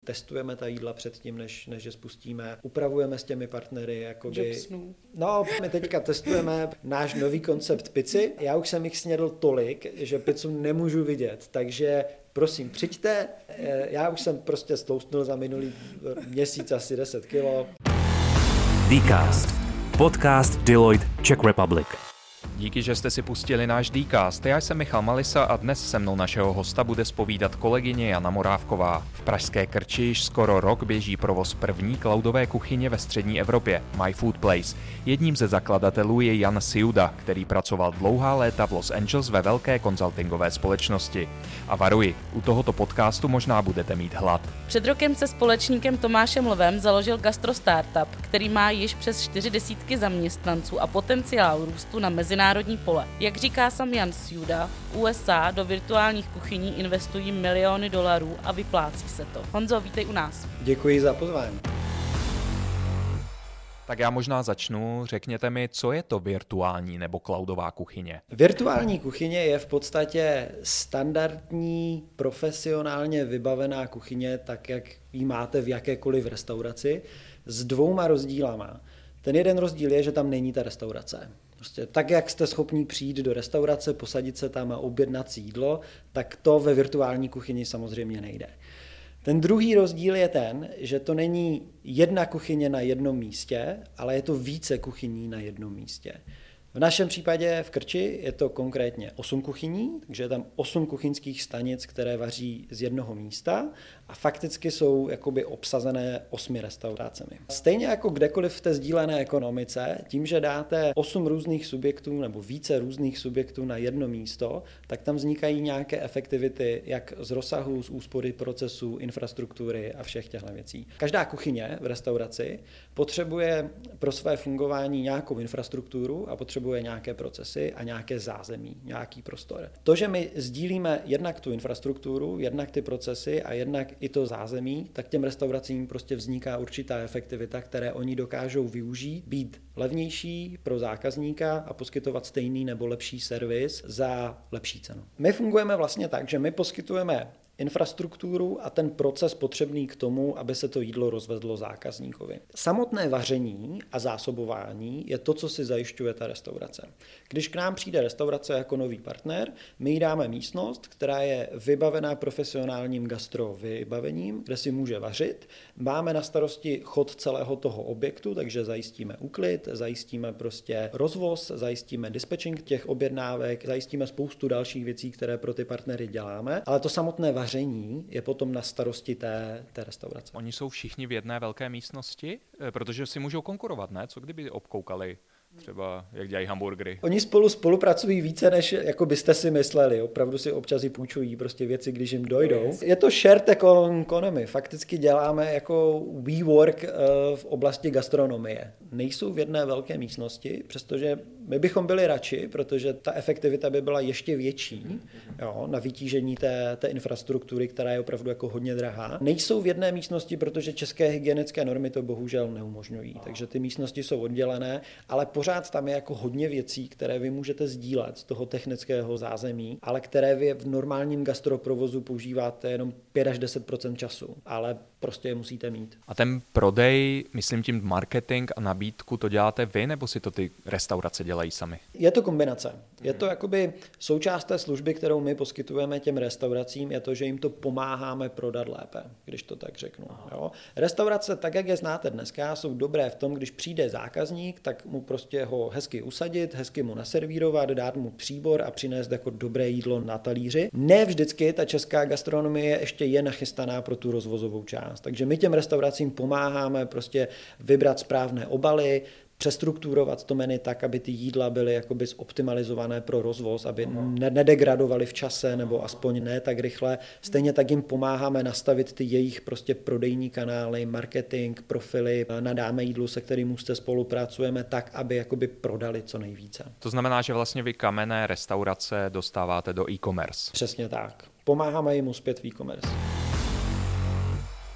Testujeme ta jídla předtím, než je spustíme. Upravujeme s těmi partnery. My teďka testujeme náš nový koncept pizzy. Já už jsem jich snědl tolik, že pizzu nemůžu vidět. Takže prosím, přijďte. Já už jsem prostě stloustnul za minulý měsíc asi 10 kilo. Dcast. Podcast Deloitte Czech Republic. Díky, že jste si pustili náš Dcast. Já jsem Michal Malisa a dnes se mnou našeho hosta bude zpovídat kolegyně Jana Morávková. V pražské Krči již skoro rok běží provoz první cloudové kuchyně ve střední Evropě, My Food Place. Jedním ze zakladatelů je Jan Siuda, který pracoval dlouhá léta v Los Angeles ve velké konzultingové společnosti. A varuji, u tohoto podcastu možná budete mít hlad. Před rokem se společníkem Tomášem Lvem založil gastro startup, který má již přes 40 zaměstnanců a potenciál růstu na mezinárodní pole. Jak říká sám Jan Siuda, v USA do virtuálních kuchyní investují miliony dolarů a vyplácí se to. Honzo, vítej u nás. Děkuji za pozvání. Tak já možná začnu. Řekněte mi, co je to virtuální nebo cloudová kuchyně? Virtuální kuchyně je v podstatě standardní, profesionálně vybavená kuchyně, tak jak ji máte v jakékoliv restauraci, s dvouma rozdílama. Ten jeden rozdíl je, že tam není ta restaurace. Prostě tak, jak jste schopni přijít do restaurace, posadit se tam a objednat si jídlo, tak to ve virtuální kuchyni samozřejmě nejde. Ten druhý rozdíl je ten, že to není jedna kuchyně na jednom místě, ale je to více kuchyní na jednom místě. V našem případě v Krči je to konkrétně 8 kuchyní, takže je tam 8 kuchyňských stanic, které vaří z jednoho místa a fakticky jsou jakoby obsazené 8 restauracemi. Stejně jako kdekoliv v té sdílené ekonomice, tím, že dáte 8 různých subjektů nebo více různých subjektů na jedno místo, tak tam vznikají nějaké efektivity, jak z rozsahu, z úspory procesů, infrastruktury a všech těchto věcí. Každá kuchyně v restauraci potřebuje pro své fungování nějakou infrastrukturu a potřebuje nějaké procesy a nějaké zázemí, nějaký prostor. To, že my sdílíme jednak tu infrastrukturu, jednak ty procesy a jednak i to zázemí, tak těm restauracím prostě vzniká určitá efektivita, které oni dokážou využít, být levnější pro zákazníka a poskytovat stejný nebo lepší servis za lepší cenu. My fungujeme vlastně tak, že my poskytujeme infrastrukturu a ten proces potřebný k tomu, aby se to jídlo rozvezlo zákazníkovi. Samotné vaření a zásobování je to, co si zajišťuje ta restaurace. Když k nám přijde restaurace jako nový partner, my jí dáme místnost, která je vybavená profesionálním gastro vybavením, kde si může vařit. Máme na starosti chod celého toho objektu, takže zajistíme úklid, zajistíme prostě rozvoz, zajistíme dispatching těch objednávek, zajistíme spoustu dalších věcí, které pro ty partnery děláme, ale to samotné vaření je potom na starosti té restaurace. Oni jsou všichni v jedné velké místnosti, protože si můžou konkurovat, ne? Co kdyby obkoukali třeba, jak dělají hamburgery? Oni spolupracují více, než jako byste si mysleli. Opravdu si občas i půjčují prostě věci, když jim dojdou. Je to shared economy. Fakticky děláme jako WeWork v oblasti gastronomie. Nejsou v jedné velké místnosti, přestože my bychom byli radši, protože ta efektivita by byla ještě větší, na vytížení té infrastruktury, která je opravdu jako hodně drahá. Nejsou v jedné místnosti, protože české hygienické normy to bohužel neumožňují. Takže ty místnosti jsou oddělené, ale pořád tam je jako hodně věcí, které vy můžete sdílet z toho technického zázemí, ale které vy v normálním gastroprovozu používáte jenom 5 až 10% času, ale prostě je musíte mít. A ten prodej, myslím tím marketing a nabídku, to děláte vy, nebo si to ty restaurace dělají sami? Je to kombinace. Je to jakoby součást té služby, kterou my poskytujeme těm restauracím, je to, že jim to pomáháme prodat lépe, když to tak řeknu. Jo? Restaurace, tak jak je znáte dneska, jsou dobré v tom, když přijde zákazník, tak mu prostě ho hezky usadit, hezky mu naservírovat, dát mu příbor a přinést jako dobré jídlo na talíři. Ne vždycky ta česká gastronomie ještě je nachystaná pro tu rozvozovou část. Takže my těm restauracím pomáháme prostě vybrat správné obaly, přestrukturovat to menu tak, aby ty jídla byly jakoby zoptimalizované pro rozvoz, aby nedegradovaly v čase nebo aspoň ne tak rychle. Stejně tak jim pomáháme nastavit ty jejich prostě prodejní kanály, marketing, profily, nadáme jídlu, se kterým úzce spolupracujeme tak, aby jakoby prodali co nejvíce. To znamená, že vlastně vy kamenné restaurace dostáváte do e-commerce. Přesně tak. Pomáháme jim uspět v e-commerce.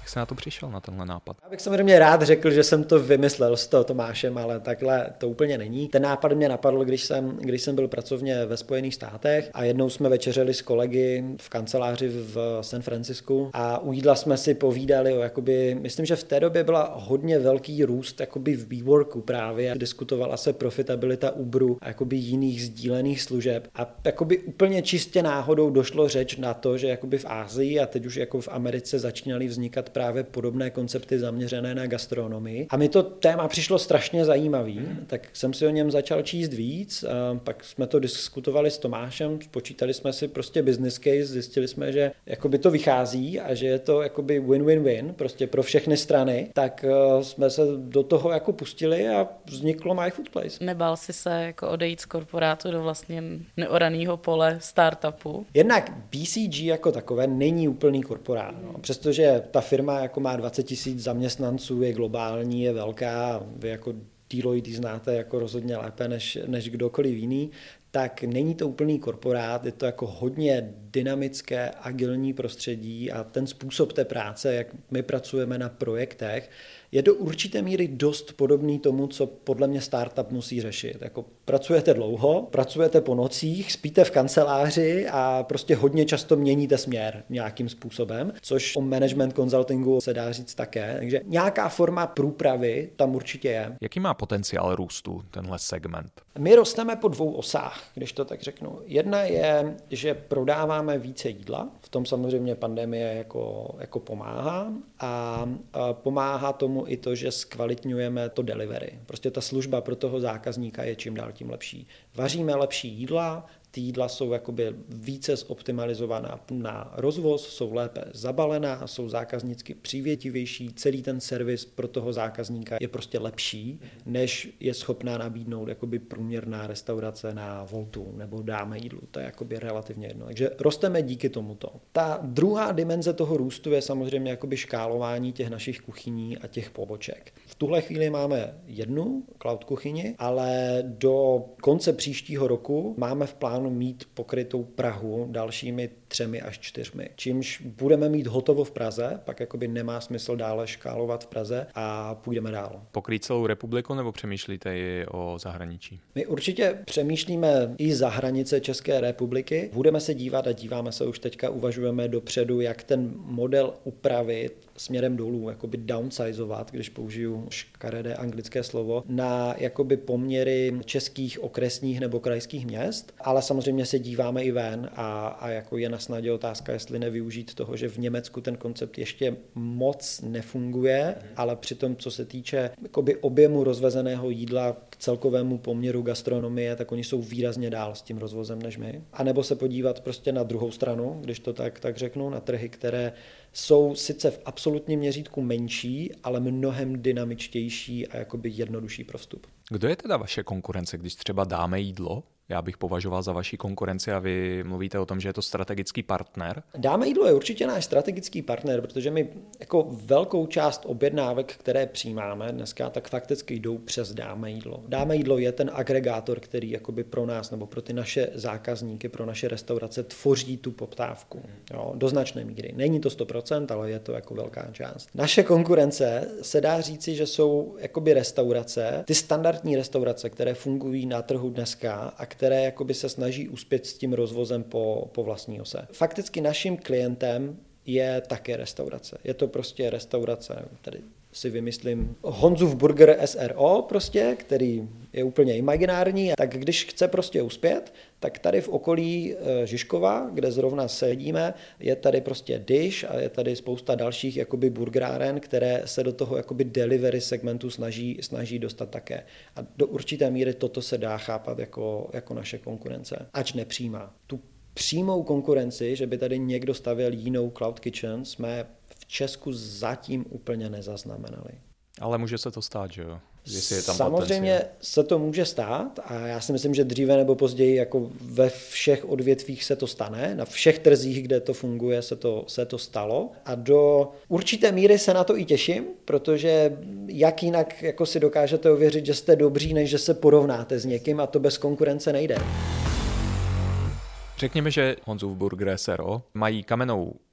Jak jsi na to přišel, na tenhle nápad? Já bych samozřejmě rád řekl, že jsem to vymyslel s Tomášem, ale takhle to úplně není. Ten nápad mě napadl, když jsem byl pracovně ve Spojených státech a jednou jsme večeřeli s kolegy v kanceláři v San Francisku a u jídla jsme si povídali o myslím, že v té době byla hodně velký růst v WeWorku právě. Diskutovala se profitabilita Uberu a jiných sdílených služeb a úplně čistě náhodou došlo řeč na to, že v Asii a teď už v Americe začínaly vznikat právě podobné koncepty zaměřené na gastronomii. A mi to téma přišlo strašně zajímavý, tak jsem si o něm začal číst víc, a pak jsme to diskutovali s Tomášem, spočítali jsme si prostě business case, zjistili jsme, že to vychází a že je to win-win-win prostě pro všechny strany, tak jsme se do toho pustili a vzniklo My Food Place. Nebál jsi se odejít z korporátu do vlastně neoraného pole startupu? Jednak BCG jako takové není úplný korporát, no. Přestože ta firma má 20 000 zaměstnanců, je globální, je velká, vy Deloitte znáte rozhodně lépe než kdokoliv jiný, tak není to úplný korporát, je to hodně dynamické, agilní prostředí a ten způsob té práce, jak my pracujeme na projektech, je do určité míry dost podobný tomu, co podle mě startup musí řešit. Pracujete dlouho, pracujete po nocích, spíte v kanceláři a prostě hodně často měníte směr nějakým způsobem, což o management consultingu se dá říct také. Takže nějaká forma průpravy tam určitě je. Jaký má potenciál růstu tenhle segment? My rosteme po 2 osách, když to tak řeknu. Jedna je, že prodáváme více jídla, v tom samozřejmě pandemie pomáhá a pomáhá tomu i to, že zkvalitňujeme to delivery. Prostě ta služba pro toho zákazníka je čím dál tím lepší. Vaříme lepší jídla, ty jídla jsou více zoptimalizovaná na rozvoz, jsou lépe zabalená, jsou zákaznicky přívětivější, celý ten servis pro toho zákazníka je prostě lepší, než je schopná nabídnout průměrná restaurace na Voltu nebo Dáme jídlu. To je relativně jedno. Takže rosteme díky tomuto. Ta druhá dimenze toho růstu je samozřejmě škálování těch našich kuchyní a těch poboček. V tuhle chvíli máme 1 cloud kuchyni, ale do konce příštího roku máme v plánu mít pokrytou Prahu dalšími 3 až 4. Čímž budeme mít hotovo v Praze, pak nemá smysl dále škálovat v Praze a půjdeme dál. Pokrýt celou republiku nebo přemýšlíte i o zahraničí? My určitě přemýšlíme i za hranice České republiky. Budeme se dívat a díváme se už teďka, uvažujeme dopředu, jak ten model upravit směrem dolů, downsizovat, když použiju škaredé anglické slovo, na poměry českých okresních nebo krajských měst, ale samozřejmě se díváme i ven a je na snadě otázka, jestli nevyužít toho, že v Německu ten koncept ještě moc nefunguje, ale přitom, co se týče objemu rozvezeného jídla k celkovému poměru gastronomie, tak oni jsou výrazně dál s tím rozvozem než my. A nebo se podívat prostě na druhou stranu, když to tak řeknu, na trhy, které jsou sice v absolutním měřítku menší, ale mnohem dynamičtější a jednodušší pro vstup. Kdo je teda vaše konkurence, když třeba Dáme jídlo? Já bych považoval za vaši konkurenci a vy mluvíte o tom, že je to strategický partner. Dáme jídlo je určitě náš strategický partner, protože my velkou část objednávek, které přijímáme dneska, tak fakticky jdou přes Dáme jídlo. Dáme jídlo je ten agregátor, který pro nás nebo pro ty naše zákazníky, pro naše restaurace tvoří tu poptávku. Jo, do značné míry. Není to 100%, ale je to velká část. Naše konkurence se dá říci, že jsou restaurace, ty standardní restaurace, které fungují na trhu dneska a které se snaží uspět s tím rozvozem po vlastní ose. Fakticky naším klientem je také restaurace. Je to prostě restaurace, tady si vymyslím Honzův Burger SRO prostě, který je úplně imaginární, tak když chce prostě uspět, tak tady v okolí Žižkova, kde zrovna sedíme, je tady prostě Dish a je tady spousta dalších burgeráren, které se do toho delivery segmentu snaží dostat také. A do určité míry toto se dá chápat jako naše konkurence, ač nepřímá. Tu přímou konkurenci, že by tady někdo stavěl jinou cloud kitchen, jsme v Česku zatím úplně nezaznamenali. Ale může se to stát, že jo? Jestli je tam samozřejmě potenciál. Se to může stát a já si myslím, že dříve nebo později ve všech odvětvích se to stane, na všech trzích, kde to funguje, se to stalo a do určité míry se na to i těším, protože jak jinak si dokážete ověřit, že jste dobří, než že se porovnáte s někým a to bez konkurence nejde. Řekněme, že Honzův Burger SRO mají kamennou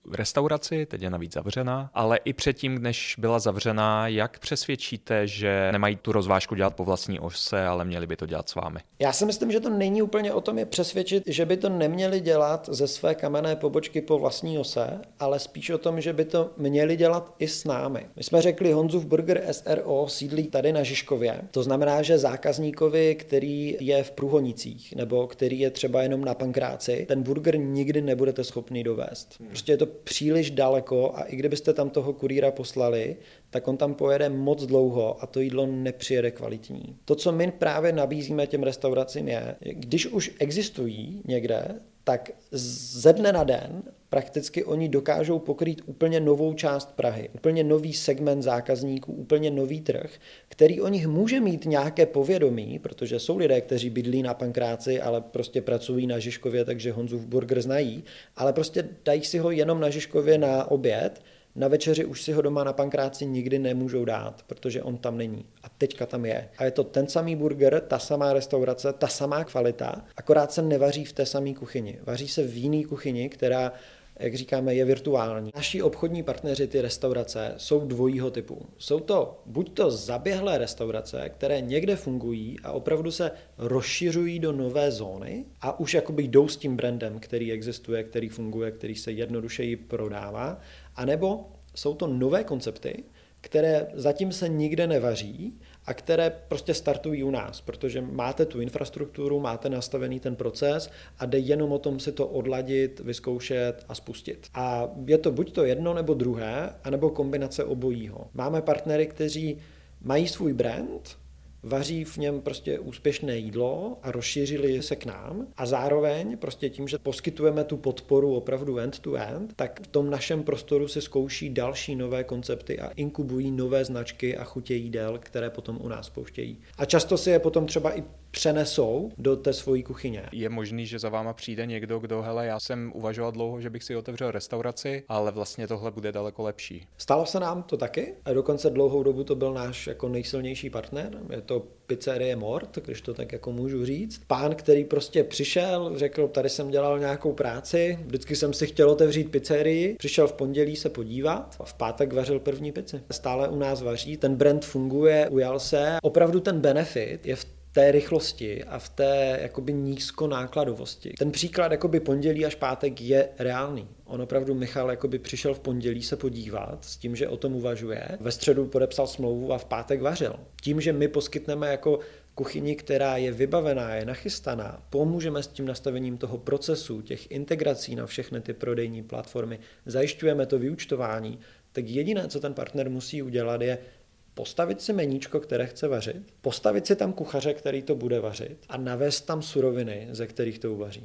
restauraci, teď je navíc zavřená, ale i předtím, než byla zavřená, jak přesvědčíte, že nemají tu rozvážku dělat po vlastní ose, ale měli by to dělat s vámi? Já si myslím, že to není úplně o tom je přesvědčit, že by to neměli dělat ze své kamenné pobočky po vlastní ose, ale spíš o tom, že by to měli dělat i s námi. My jsme řekli Honzův Burger SRO sídlí tady na Žižkově. To znamená, že zákazníkovi, který je v Průhonicích nebo který je třeba jenom na Pankráci, ten burger nikdy nebudete schopný dovést. Prostě je to příliš daleko a i kdybyste tam toho kurýra poslali, tak on tam pojede moc dlouho a to jídlo nepřijede kvalitní. To, co my právě nabízíme těm restauracím je, když už existují někde, tak ze dne na den prakticky oni dokážou pokrýt úplně novou část Prahy, úplně nový segment zákazníků, úplně nový trh, který o nich může mít nějaké povědomí, protože jsou lidé, kteří bydlí na Pankráci, ale prostě pracují na Žižkově, takže Honzův Burger znají, ale prostě dají si ho jenom na Žižkově na oběd, na večeři už si ho doma na Pankráci nikdy nemůžou dát, protože on tam není. A teďka tam je. A je to ten samý burger, ta samá restaurace, ta samá kvalita, akorát se nevaří v té samé kuchyni. Vaří se v jiné kuchyni, která, jak říkáme, je virtuální. Naši obchodní partneři, ty restaurace, jsou dvojího typu. Jsou to buď to zaběhlé restaurace, které někde fungují a opravdu se rozšiřují do nové zóny a už jakoby jdou s tím brandem, který existuje, který funguje, který se jednodušeji prodává, anebo jsou to nové koncepty, které zatím se nikde nevaří a které prostě startují u nás, protože máte tu infrastrukturu, máte nastavený ten proces a jde jenom o tom si to odladit, vyzkoušet a spustit. A je to buď to jedno nebo druhé, anebo kombinace obojího. Máme partnery, kteří mají svůj brand, vaří v něm prostě úspěšné jídlo a rozšířili se k nám a zároveň prostě tím, že poskytujeme tu podporu opravdu end-to-end, tak v tom našem prostoru se zkouší další nové koncepty a inkubují nové značky a chutě jídel, které potom u nás pouštějí. A často si je potom třeba i přenesou do té svojí kuchyně. Je možný, že za váma přijde někdo, kdo, hele, já jsem uvažoval dlouho, že bych si otevřel restauraci, ale vlastně tohle bude daleko lepší. Stalo se nám to taky a dokonce dlouhou dobu to byl náš jako nejsilnější partner. Je to pizzerie Mort, když to tak jako můžu říct. Pán, který prostě přišel, řekl, tady jsem dělal nějakou práci, vždycky jsem si chtěl otevřít pizzerii, přišel v pondělí se podívat a v pátek vařil první pizzi. Stále u nás vaří, ten brand funguje, ujal se. Opravdu ten benefit je v té rychlosti a v té jakoby nízkonákladovosti. Ten příklad jakoby pondělí až pátek je reálný. On opravdu Michal jakoby přišel v pondělí se podívat s tím, že o tom uvažuje. Ve středu podepsal smlouvu a v pátek vařil. Tím, že my poskytneme jako kuchyni, která je vybavená, je nachystaná, pomůžeme s tím nastavením toho procesu, těch integrací na všechny ty prodejní platformy, zajišťujeme to vyúčtování, tak jediné, co ten partner musí udělat, je postavit si meníčko, které chce vařit, postavit si tam kuchaře, který to bude vařit a navést tam suroviny, ze kterých to uvaří.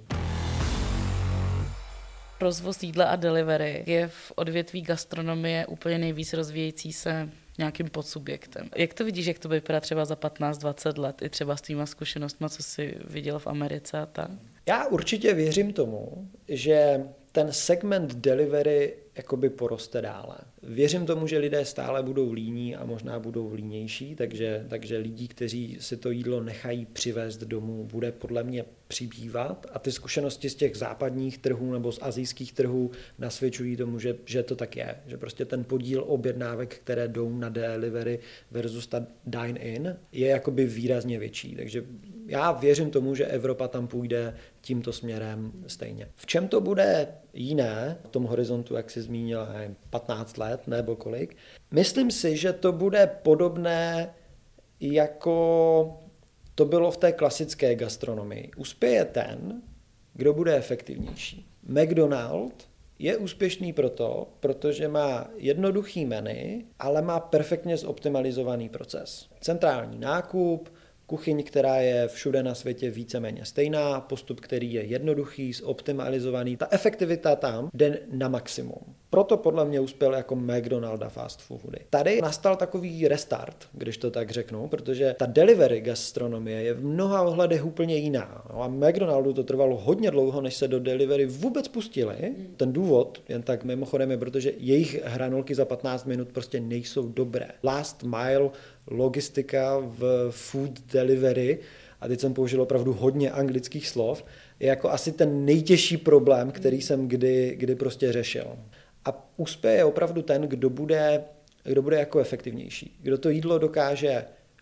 Rozvoz jídla a delivery je v odvětví gastronomie úplně nejvíc rozvíjející se nějakým podsubjektem. Jak to vidíš, jak to vypadá třeba za 15-20 let, i třeba s tvýma zkušenostma, co jsi viděl v Americe a tak? Já určitě věřím tomu, že ten segment delivery jakoby poroste dále. Věřím tomu, že lidé stále budou líní a možná budou línější, takže lidí, kteří si to jídlo nechají přivést domů, bude podle mě přibývat a ty zkušenosti z těch západních trhů nebo z asijských trhů nasvědčují tomu, že to tak je, že prostě ten podíl objednávek, které jdou na delivery versus ta dine-in je jakoby výrazně větší, takže já věřím tomu, že Evropa tam půjde tímto směrem stejně. V čem to bude jiné, v tom horizontu, jak jsi zmínil, 15 let nebo kolik, myslím si, že to bude podobné, jako to bylo v té klasické gastronomii. Uspěje ten, kdo bude efektivnější. McDonald je úspěšný protože má jednoduchý menu, ale má perfektně zoptimalizovaný proces. Centrální nákup, kuchyň, která je všude na světě víceméně stejná, postup, který je jednoduchý, zoptimalizovaný, ta efektivita tam jde na maximum. Proto podle mě uspěl jako McDonald a fast foody. Tady nastal takový restart, když to tak řeknu, protože ta delivery gastronomie je v mnoha ohledech úplně jiná. No a McDonaldu to trvalo hodně dlouho, než se do delivery vůbec pustili. Ten důvod, jen tak mimochodem, je, protože jejich hranolky za 15 minut prostě nejsou dobré. Last mile logistika v food delivery, a teď jsem použil opravdu hodně anglických slov, je jako asi ten nejtěžší problém, který jsem kdy prostě řešil. A uspěje opravdu ten, kdo bude jako efektivnější. Kdo to jídlo dokáže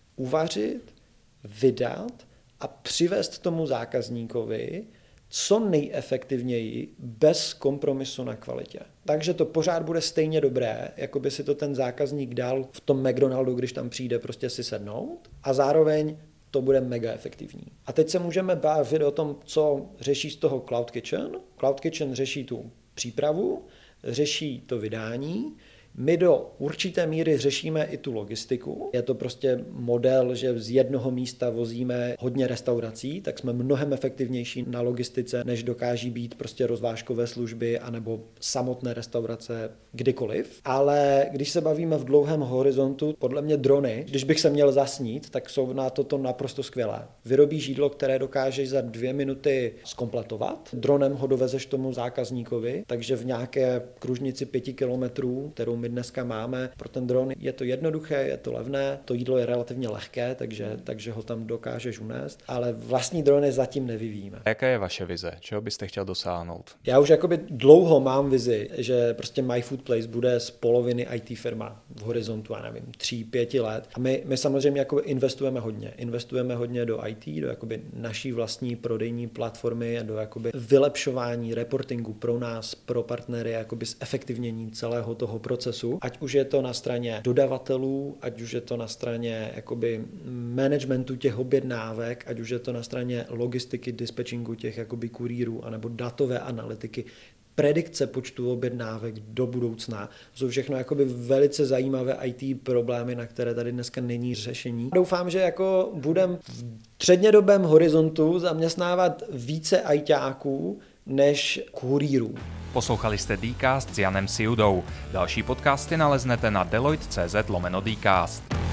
uvařit, vydat a přivést tomu zákazníkovi co nejefektivněji, bez kompromisu na kvalitě. Takže to pořád bude stejně dobré, jako by si to ten zákazník dal v tom McDonaldu, když tam přijde prostě si sednout, a zároveň to bude mega efektivní. A teď se můžeme bavit o tom, co řeší z toho Cloud Kitchen. Cloud Kitchen řeší tu přípravu, řeší to vydání. My do určité míry řešíme i tu logistiku. Je to prostě model, že z jednoho místa vozíme hodně restaurací, tak jsme mnohem efektivnější na logistice, než dokáží být prostě rozvážkové služby anebo samotné restaurace kdykoliv. Ale když se bavíme v dlouhém horizontu, podle mě drony, když bych se měl zasnít, tak jsou na toto naprosto skvělé. Vyrobíš jídlo, které dokážeš za 2 minuty zkompletovat. Dronem ho dovezeš tomu zákazníkovi, takže v nějaké kružnici 5 kilometrů, kterou my dneska máme, pro ten dron je to jednoduché, je to levné, to jídlo je relativně lehké, takže ho tam dokážeš unést, ale vlastní drony zatím nevyvíjíme. Jaká je vaše vize? Čeho byste chtěl dosáhnout? Já už jakoby dlouho mám vizi, že prostě My Food Place bude z poloviny IT firma v horizontu, já nevím, 3-5 let. A my samozřejmě jako investujeme hodně do IT, do jakoby naší vlastní prodejní platformy, do jakoby vylepšování reportingu pro nás, pro partnery, jakoby zefektivnění celého toho procesu. Ať už je to na straně dodavatelů, ať už je to na straně jakoby managementu těch objednávek, ať už je to na straně logistiky, dispatchingu těch jakoby kurýrů, anebo datové analytiky, predikce počtu objednávek do budoucna. To jsou všechno jakoby velice zajímavé IT problémy, na které tady dneska není řešení. Doufám, že jako budeme v střednědobém horizontu zaměstnávat více ITáků než kurýrů. Poslouchali jste Dcast s Janem Siudou. Další podcasty naleznete na deloitte.cz/Dcast.